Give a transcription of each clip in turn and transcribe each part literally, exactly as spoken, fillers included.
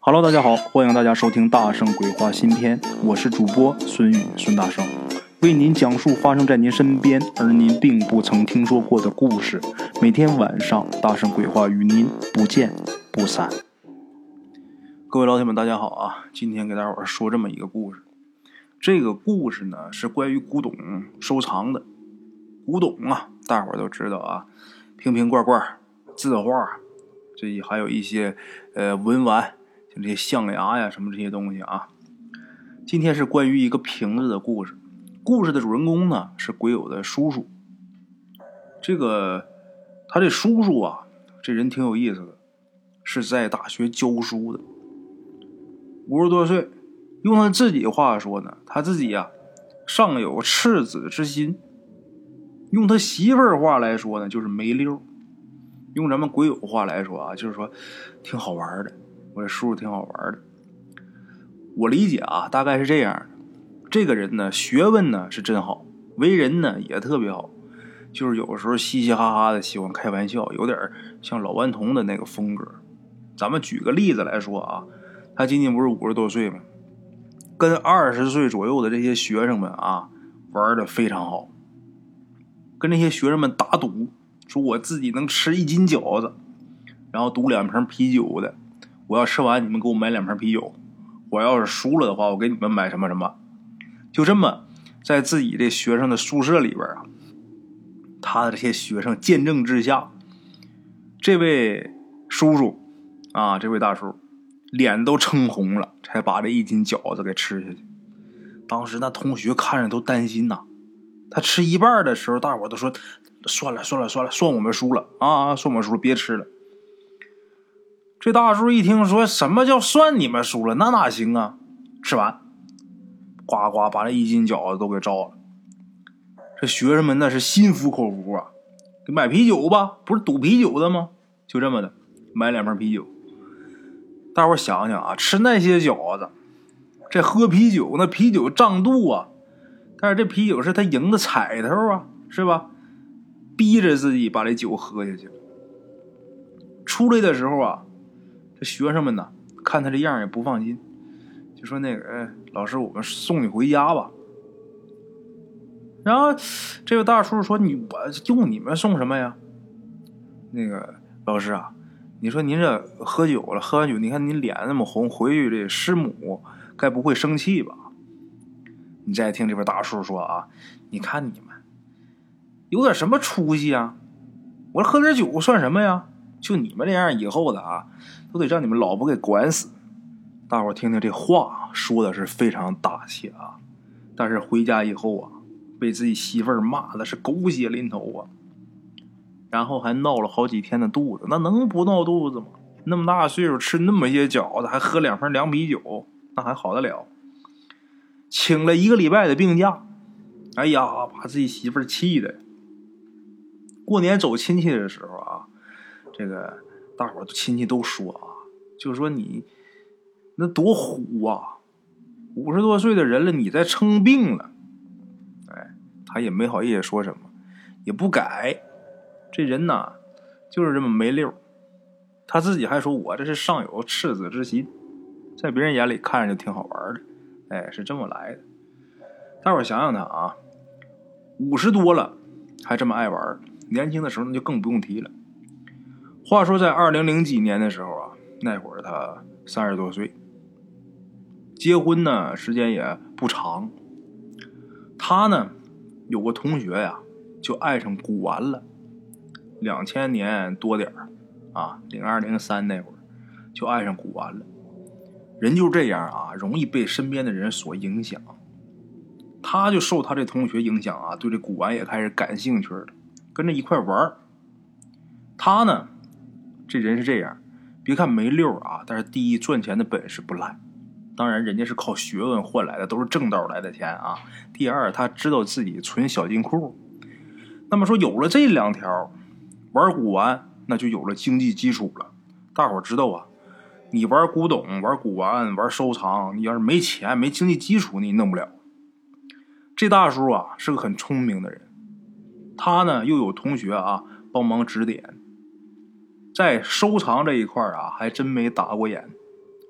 Hello， 大家好，欢迎大家收听大圣鬼话新篇，我是主播孙宇，孙大圣，为您讲述发生在您身边而您并不曾听说过的故事。每天晚上大圣鬼话与您不见不散。各位老铁们大家好啊，今天给大伙儿说这么一个故事。这个故事呢是关于古董收藏的。古董啊，大伙儿都知道啊，瓶瓶罐罐、字画，这还有一些呃文玩，像这些象牙呀什么这些东西啊。今天是关于一个瓶子的故事。故事的主人公呢是鬼友的叔叔。这个他这叔叔啊，这人挺有意思的，是在大学教书的，五十多岁。用他自己话说呢，他自己啊尚有赤子之心。用他媳妇儿话来说呢，就是没溜。用咱们鬼友话来说啊，就是说挺好玩的，我这叔叔挺好玩的。我理解啊，大概是这样的。这个人呢，学问呢是真好，为人呢也特别好，就是有时候嘻嘻哈哈的，喜欢开玩笑，有点像老顽童的那个风格。咱们举个例子来说啊，他今年不是五十多岁吗？跟二十岁左右的这些学生们啊，玩的非常好。跟这些学生们打赌，说我自己能吃一斤饺子，然后赌两瓶啤酒的，我要吃完你们给我买两瓶啤酒，我要是输了的话我给你们买什么什么。就这么在自己这学生的宿舍里边啊，他的这些学生见证之下，这位叔叔啊，这位大叔脸都撑红了，才把这一斤饺子给吃下去。当时那同学看着都担心呐，他吃一半的时候，大伙都说算了算了算了，算我们输了啊，算我们输了，别吃了。这大叔一听说什么叫算你们输了，那哪行啊，吃完呱呱把这一斤饺子都给招了。这学生们那是心服口服啊，给买啤酒吧，不是赌啤酒的吗？就这么的买两瓶啤酒。大伙想想啊，吃那些饺子，这喝啤酒，那啤酒胀肚啊，但是这啤酒是他赢的彩头啊，是吧？逼着自己把这酒喝下去。出来的时候啊，这学生们呢看他这样也不放心，就说那个哎，老师我们送你回家吧。然后这位大叔说你我用你们送什么呀？那个老师啊，你说您这喝酒了，喝完酒你看您脸那么红，回去这师母该不会生气吧？你再听这边大叔说啊，你看你们有点什么出息啊？我喝点酒算什么呀？就你们这样以后的啊，都得让你们老婆给管死。大伙听听这话说的是非常大气啊，但是回家以后啊，被自己媳妇儿骂的是狗血淋头啊，然后还闹了好几天的肚子。那能不闹肚子吗？那么大岁数吃那么些饺子，还喝两瓶凉啤酒，那还好得了。请了一个礼拜的病假，哎呀，把自己媳妇儿气的。过年走亲戚的时候啊，这个大伙儿亲戚都说啊，就说你那多虎啊，五十多岁的人了，你再称病了。哎，他也没好意思说什么，也不改。这人呐，就是这么没溜。他自己还说我这是尚有赤子之心，在别人眼里看着就挺好玩的。哎，是这么来的。大伙儿想想他啊，五十多了还这么爱玩，年轻的时候那就更不用提了。话说在二零零几年的时候啊，那会儿他三十多岁，结婚呢时间也不长。他呢有个同学呀、啊，就爱上古玩了。两千年多点儿啊，零二零三那会儿就爱上古玩了。人就这样啊，容易被身边的人所影响。他就受他这同学影响啊，对这古玩也开始感兴趣了，跟着一块玩。他呢这人是这样，别看没溜啊，但是第一赚钱的本事不赖，当然人家是靠学问换来的，都是正道来的钱啊。第二，他知道自己存小金库。那么说有了这两条，玩古玩那就有了经济基础了。大伙知道啊，你玩古董玩古玩玩收藏，你要是没钱没经济基础你弄不了。这大叔啊是个很聪明的人，他呢又有同学啊帮忙指点，在收藏这一块啊还真没打过眼。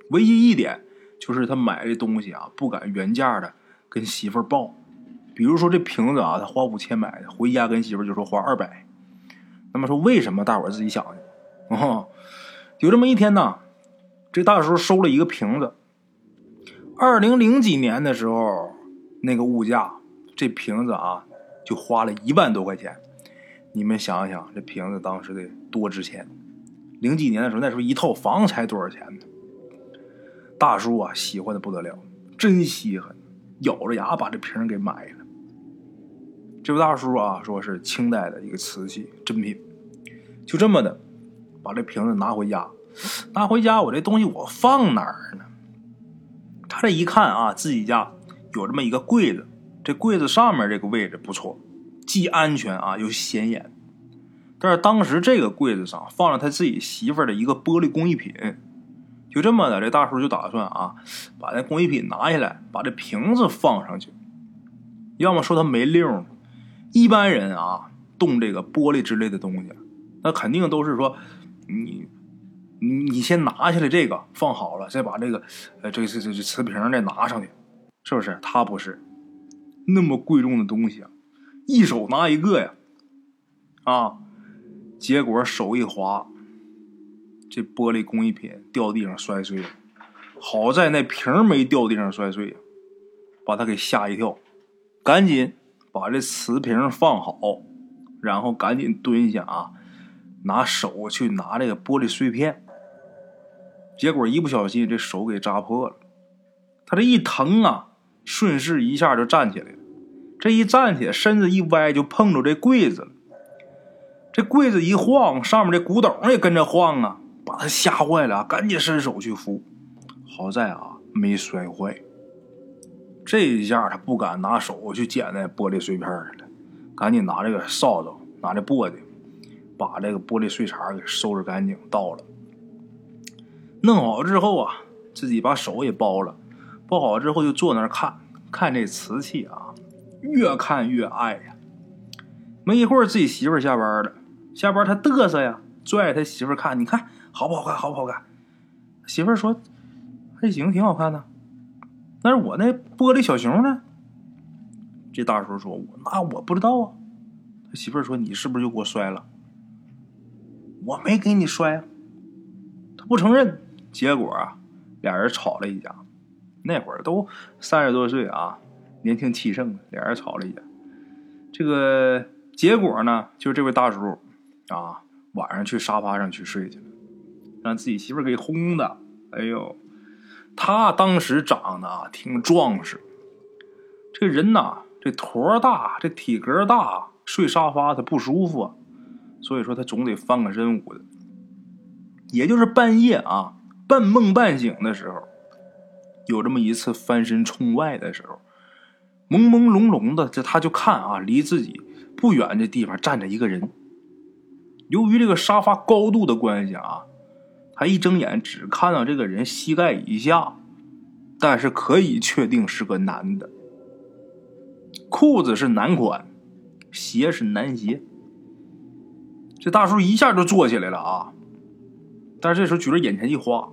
唯一一点就是他买这东西啊，不敢原价的跟媳妇儿报。比如说这瓶子啊，他花五千买的，回家跟媳妇儿就说花二百。那么说为什么？大伙儿自己想想。哦，有这么一天呢，这大叔收了一个瓶子。二零零几年的时候，那个物价，这瓶子啊就花了一万多块钱。你们想想，这瓶子当时得多值钱？零几年的时候，那时候一套房才多少钱呢？大叔啊，喜欢的不得了，真稀罕，咬着牙把这瓶给买了。这位大叔啊，说是清代的一个瓷器珍品，就这么的把这瓶子拿回家。拿回家，我这东西我放哪儿呢？他这一看啊，自己家有这么一个柜子，这柜子上面这个位置不错，既安全啊又显眼。但是当时这个柜子上放了他自己媳妇儿的一个玻璃工艺品，就这么的，这大叔就打算啊，把那工艺品拿下来，把这瓶子放上去。要么说他没溜呢。一般人啊，动这个玻璃之类的东西，那肯定都是说，你你你先拿下来这个放好了，再把这个呃这个这这这瓷瓶再拿上去，是不是？他不是，那么贵重的东西啊，一手拿一个呀，啊，结果手一滑，这玻璃工艺品掉地上摔碎了。好在那瓶没掉地上摔碎，把他给吓一跳，赶紧把这瓷瓶放好，然后赶紧蹲下啊，拿手去拿这个玻璃碎片。结果一不小心这手给扎破了，他这一疼啊，顺势一下就站起来了。这一站起来，身子一歪就碰着这柜子了。这柜子一晃，上面这古董也跟着晃啊，把他吓坏了，赶紧伸手去扶。好在啊没摔坏。这一下他不敢拿手去捡那玻璃碎片了，赶紧拿这个扫帚，拿这簸箕，把这个玻璃碎茬给收拾干净，倒了。弄好之后啊，自己把手也包了，包好之后就坐那儿看看这瓷器啊，越看越爱呀。没一会儿自己媳妇儿下班了，下班他嘚瑟呀，拽他媳妇儿看，你看好不好看，好不好看？媳妇儿说还行，挺好看的。但是我那玻璃小熊呢？这大叔说，那我不知道啊。他媳妇儿说，你是不是又给我摔了？我没给你摔啊。他不承认。结果啊，俩人吵了一架。那会儿都三十多岁啊，年轻气盛，俩人吵了一架。这个结果呢，就是这位大叔啊，晚上去沙发上去睡去了，让自己媳妇儿给轰的。哎呦，他当时长得啊挺壮实，这人呐，这坨大，这体格大，睡沙发他不舒服啊，所以说他总得翻个身捂的。也就是半夜啊，半梦半醒的时候，有这么一次翻身冲外的时候，朦朦胧胧的，这他就看啊，离自己不远的地方站着一个人。由于这个沙发高度的关系啊，他一睁眼只看到这个人膝盖以下，但是可以确定是个男的，裤子是男款，鞋是男鞋。这大叔一下就坐起来了啊，但是这时候觉得眼前一花，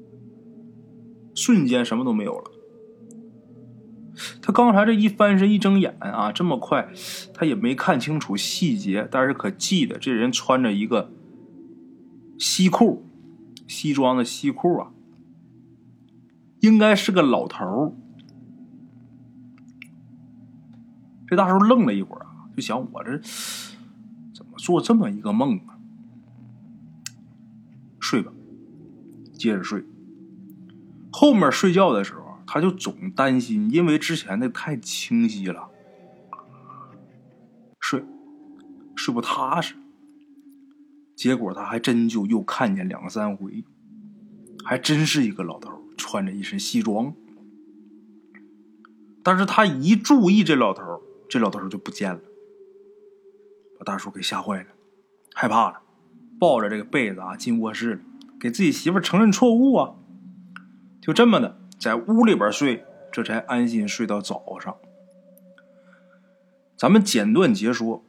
瞬间什么都没有了。他刚才这一翻身一睁眼啊，这么快他也没看清楚细节，但是可记得这人穿着一个西裤，西装的西裤啊，应该是个老头。这大叔愣了一会儿啊，就想我这怎么做这么一个梦啊？睡吧，接着睡。后面睡觉的时候他就总担心，因为之前那太清晰了，睡睡不踏实。结果他还真就又看见两三回，还真是一个老头穿着一身西装。但是他一注意这老头，这老头就不见了，把大叔给吓坏了，害怕了，抱着这个被子啊进卧室了，给自己媳妇承认错误啊。就这么的在屋里边睡，这才安心睡到早上。咱们简短截说，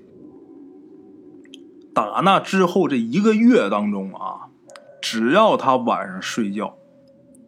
打那之后这一个月当中啊，只要他晚上睡觉，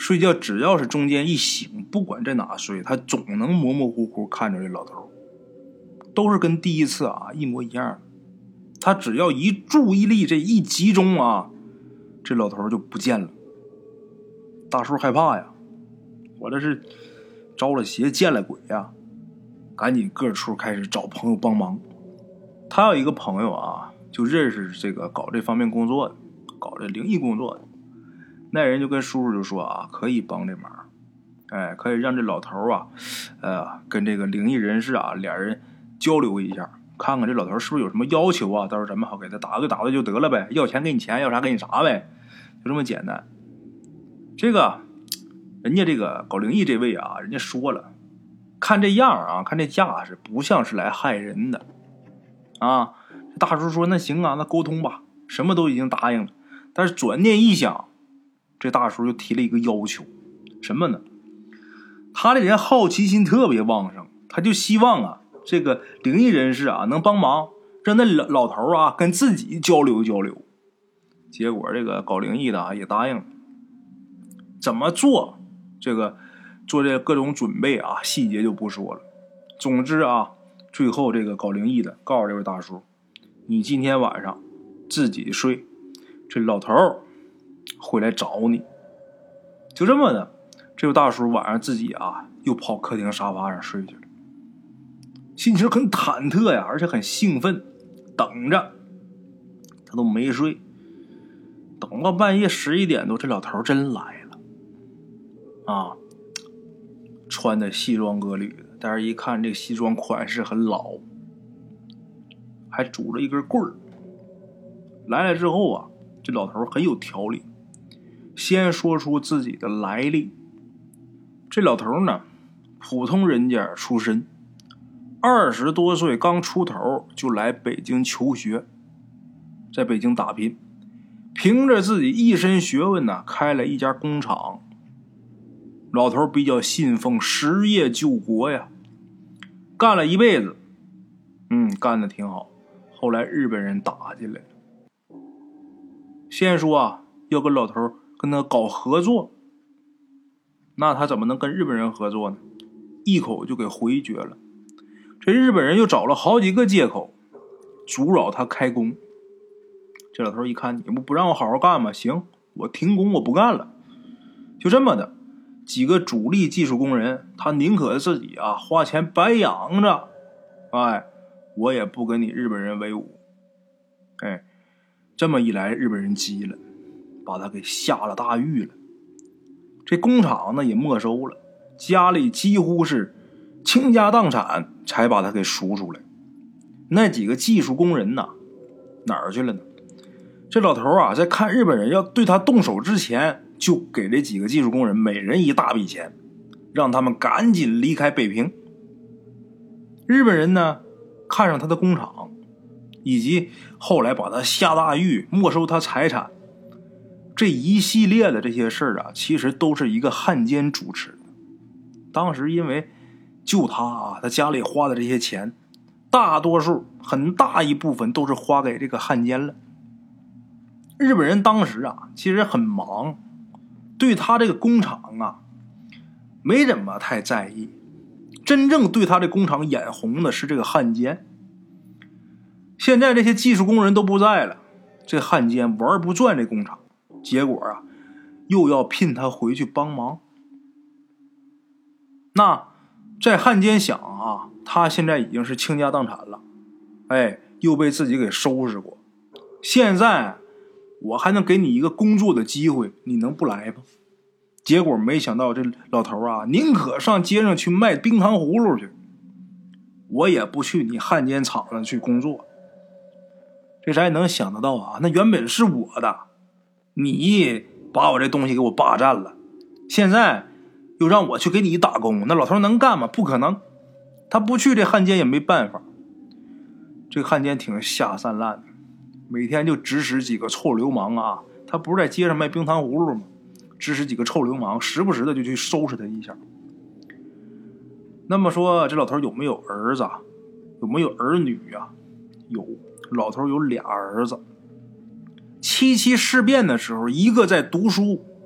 睡觉只要是中间一醒，不管在哪睡，他总能模模糊糊看着这老头，都是跟第一次啊一模一样。他只要一注意力这一集中啊，这老头就不见了。大叔害怕呀，我这是招了邪见了鬼呀，赶紧各处开始找朋友帮忙。他有一个朋友啊，就认识这个搞这方面工作的，搞这灵异工作的。那人就跟叔叔就说啊，可以帮这忙，哎，可以让这老头啊，呃，跟这个灵异人士啊，俩人交流一下，看看这老头是不是有什么要求啊，到时候咱们好给他打个打对就得了呗，要钱给你钱，要啥给你啥呗，就这么简单。这个人家这个搞灵异这位啊，人家说了，看这样啊，看这架势，不像是来害人的啊。大叔说那行啊，那沟通吧，什么都已经答应了。但是转念一想，这大叔就提了一个要求，什么呢？他这人好奇心特别旺盛，他就希望啊，这个灵异人士啊能帮忙，让那老老头啊跟自己交流交流。结果这个搞灵异的啊也答应了。怎么做？这个做这各种准备啊，细节就不说了。总之啊，最后这个搞灵异的告诉这位大叔，你今天晚上自己睡，这老头会来找你。就这么的，这位大叔晚上自己啊又跑客厅沙发上睡去了，心情很忐忑呀，而且很兴奋，等着。他都没睡，等到半夜十一点多，这老头真来了啊，穿的西装革履的，但是一看这个西装款式很老，还拄着一根棍儿。来了之后啊，这老头很有条理，先说出自己的来历。这老头呢，普通人家出身，二十多岁刚出头就来北京求学，在北京打拼，凭着自己一身学问呢，开了一家工厂。老头比较信奉实业救国呀，干了一辈子，嗯，干得挺好。后来日本人打进来了，先说啊，要跟老头跟他搞合作，那他怎么能跟日本人合作呢？一口就给回绝了。这日本人又找了好几个借口，阻扰他开工。这老头一看，你不不让我好好干吗？行，我停工，我不干了。就这么的，几个主力技术工人，他宁可自己啊花钱白养着，哎，我也不跟你日本人为伍。哎，这么一来，日本人急了，把他给下了大狱了。这工厂呢也没收了，家里几乎是倾家荡产才把他给赎出来。那几个技术工人呐，哪儿去了呢？这老头啊，在看日本人要对他动手之前，就给这几个技术工人每人一大笔钱，让他们赶紧离开北平。日本人呢，看上他的工厂，以及后来把他下大狱、没收他财产，这一系列的这些事儿啊，其实都是一个汉奸主持的。当时因为就他啊，他家里花的这些钱，大多数很大一部分都是花给这个汉奸了。日本人当时啊，其实很忙，对他这个工厂啊，没怎么太在意。真正对他这工厂眼红的是这个汉奸。现在这些技术工人都不在了，这汉奸玩不转这工厂，结果啊，又要聘他回去帮忙。那在汉奸想啊，他现在已经是倾家荡产了，哎，又被自己给收拾过，现在我还能给你一个工作的机会，你能不来吗？结果没想到这老头啊，宁可上街上去卖冰糖葫芦去，我也不去你汉奸厂上去工作。这咱也能想得到啊，那原本是我的，你把我这东西给我霸占了，现在又让我去给你打工，那老头能干吗？不可能。他不去，这汉奸也没办法。这个汉奸挺下三滥的，每天就指使几个臭流氓啊，他不是在街上卖冰糖葫芦吗？指使几个臭流氓，时不时的就去收拾他一下。那么说，这老头有没有儿子？有没有儿女啊？有，老头有俩儿子。七七事变的时候，一个在读书，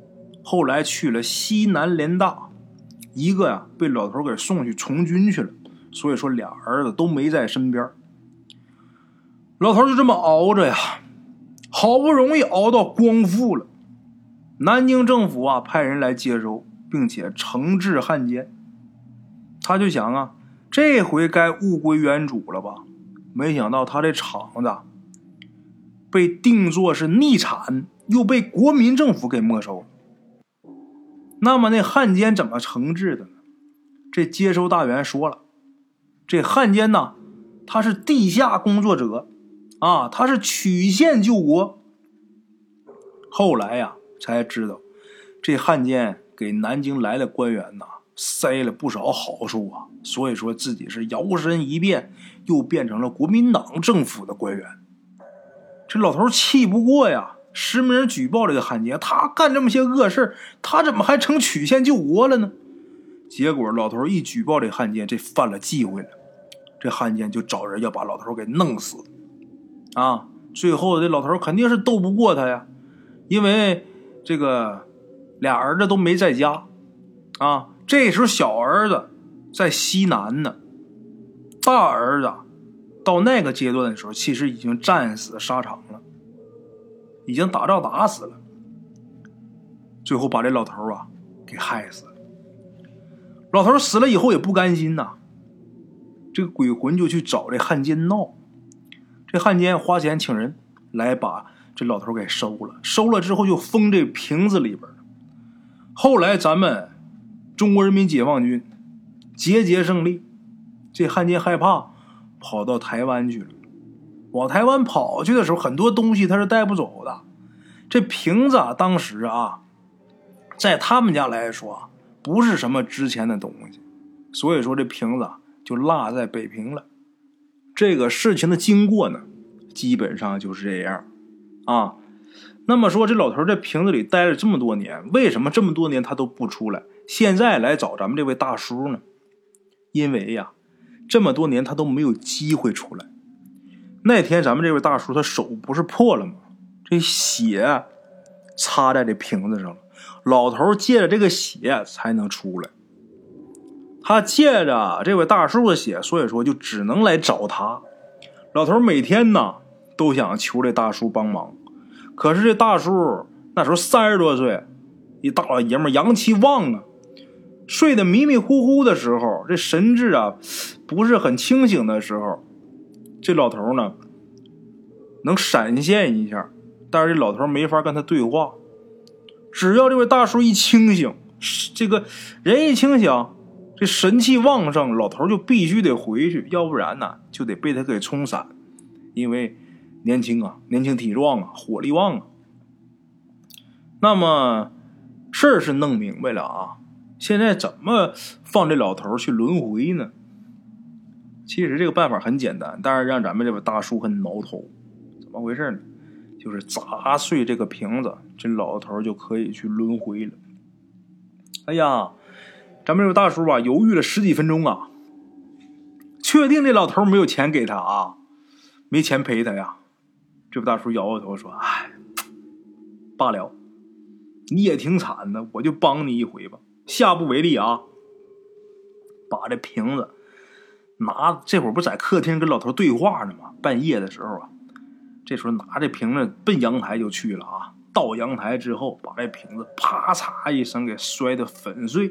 后来去了西南联大，一个呀被老头给送去从军去了，所以说俩儿子都没在身边。老头就这么熬着呀，好不容易熬到光复了，南京政府啊派人来接收，并且惩治汉奸。他就想啊，这回该物归原主了吧？没想到他这厂子被定作是逆产，又被国民政府给没收了。那么那汉奸怎么惩治的呢？这接收大员说了，这汉奸呢，他是地下工作者啊，他是曲线救国。后来呀才知道，这汉奸给南京来的官员呐塞了不少好处啊，所以说自己是摇身一变，又变成了国民党政府的官员。这老头气不过呀，实名举报这个汉奸，他干这么些恶事，他怎么还成曲线救国了呢？结果老头一举报这汉奸，这犯了忌讳了，这汉奸就找人要把老头给弄死啊！最后这老头肯定是斗不过他呀，因为这个俩儿子都没在家啊。这时候小儿子在西南呢，大儿子到那个阶段的时候，其实已经战死沙场了，已经打仗打死了，最后把这老头啊给害死了。老头死了以后也不甘心呐，这个鬼魂就去找这汉奸闹。这汉奸花钱请人来把这老头给收了，收了之后就封这瓶子里边。后来咱们中国人民解放军节节胜利，这汉奸害怕跑到台湾去了。往台湾跑去的时候，很多东西他是带不走的。这瓶子啊，当时啊在他们家来说不是什么值钱的东西，所以说这瓶子啊就落在北平了。这个事情的经过呢基本上就是这样啊。那么说这老头在瓶子里待了这么多年，为什么这么多年他都不出来，现在来找咱们这位大叔呢？因为呀这么多年他都没有机会出来。那天咱们这位大叔他手不是破了吗？这血擦在这瓶子上了，老头借着这个血才能出来。他借着这位大叔的血，所以说就只能来找他。老头每天呢都想求这大叔帮忙，可是这大叔那时候三十多岁，一大老爷们阳气旺啊，睡得迷迷糊糊的时候，这神志啊不是很清醒的时候，这老头呢能闪现一下，但是这老头没法跟他对话。只要这位大叔一清醒，这个人一清醒，这神气旺盛，老头就必须得回去，要不然呢就得被他给冲散。因为年轻啊，年轻体壮啊，火力旺啊。那么事儿是弄明白了啊，现在怎么放这老头去轮回呢？其实这个办法很简单，但是让咱们这位大叔很挠头。怎么回事呢？就是砸碎这个瓶子，这老头就可以去轮回了。哎呀，咱们这位大叔啊犹豫了十几分钟啊，确定这老头没有钱给他啊，没钱赔他呀。这位大叔摇摇头说，哎，罢了，你也挺惨的，我就帮你一回吧，下不为例啊。把这瓶子拿，这会儿不在客厅跟老头对话呢吗？半夜的时候啊，这时候拿这瓶子奔阳台就去了啊。到阳台之后，把这瓶子啪嚓一声给摔得粉碎。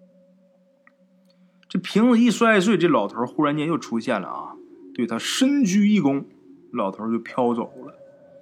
这瓶子一摔碎，这老头忽然间又出现了啊，对他深鞠一躬，老头就飘走了。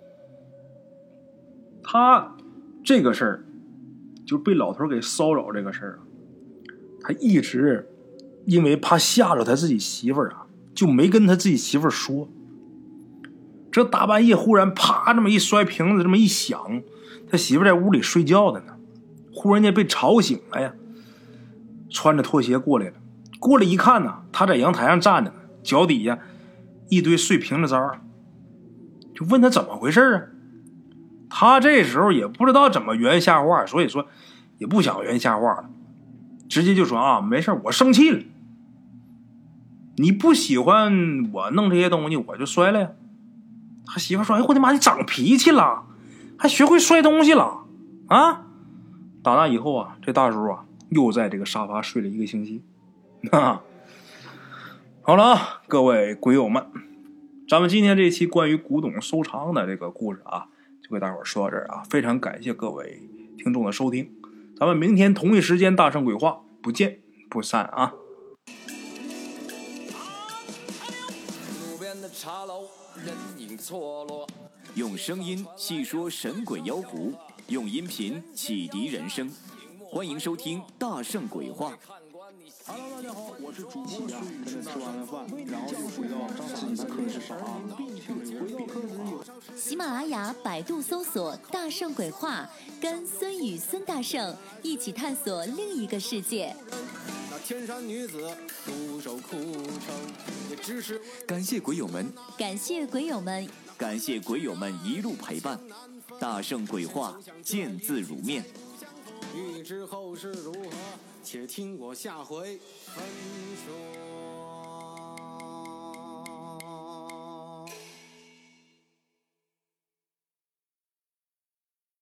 他这个事儿就被老头给骚扰，这个事儿他一直因为怕吓着他自己媳妇儿啊，就没跟他自己媳妇儿说。这大半夜忽然啪这么一摔瓶子，这么一响，他媳妇在屋里睡觉的呢，忽然间被吵醒了呀，穿着拖鞋过来了。过来一看呢，他在阳台上站着呢，脚底下一堆碎瓶子渣儿，就问他怎么回事啊。他这时候也不知道怎么圆下话，所以说也不想圆下话了，直接就说啊，没事，我生气了，你不喜欢我弄这些东西，我就摔了呀。他媳妇说，哎，我的妈，你长脾气了，还学会摔东西了啊？ 打那以后啊，这大叔啊又在这个沙发睡了一个星期。哈哈，好了啊，各位鬼友们，咱们今天这期关于古董收藏的这个故事啊，就给大伙儿说到这儿啊。非常感谢各位听众的收听，咱们明天同一时间大圣鬼话不见不散啊。 路边的茶楼，人影错落，用声音细说神鬼妖狐，用音频启迪人生。欢迎收听大圣鬼话。 Hello， 大家好，我是主播孙宇。现在吃完了饭，然后就回到自己的课室上啊。 喜马拉雅、百度搜索“大圣鬼话”，跟孙宇、孙大圣一起探索另一个世界。 那天山女子独守枯城，也只是感谢鬼友们， 感谢鬼友们， 感谢鬼友们一路陪伴。大圣鬼话，见字如面。欲知后事如何，且听我下回分说。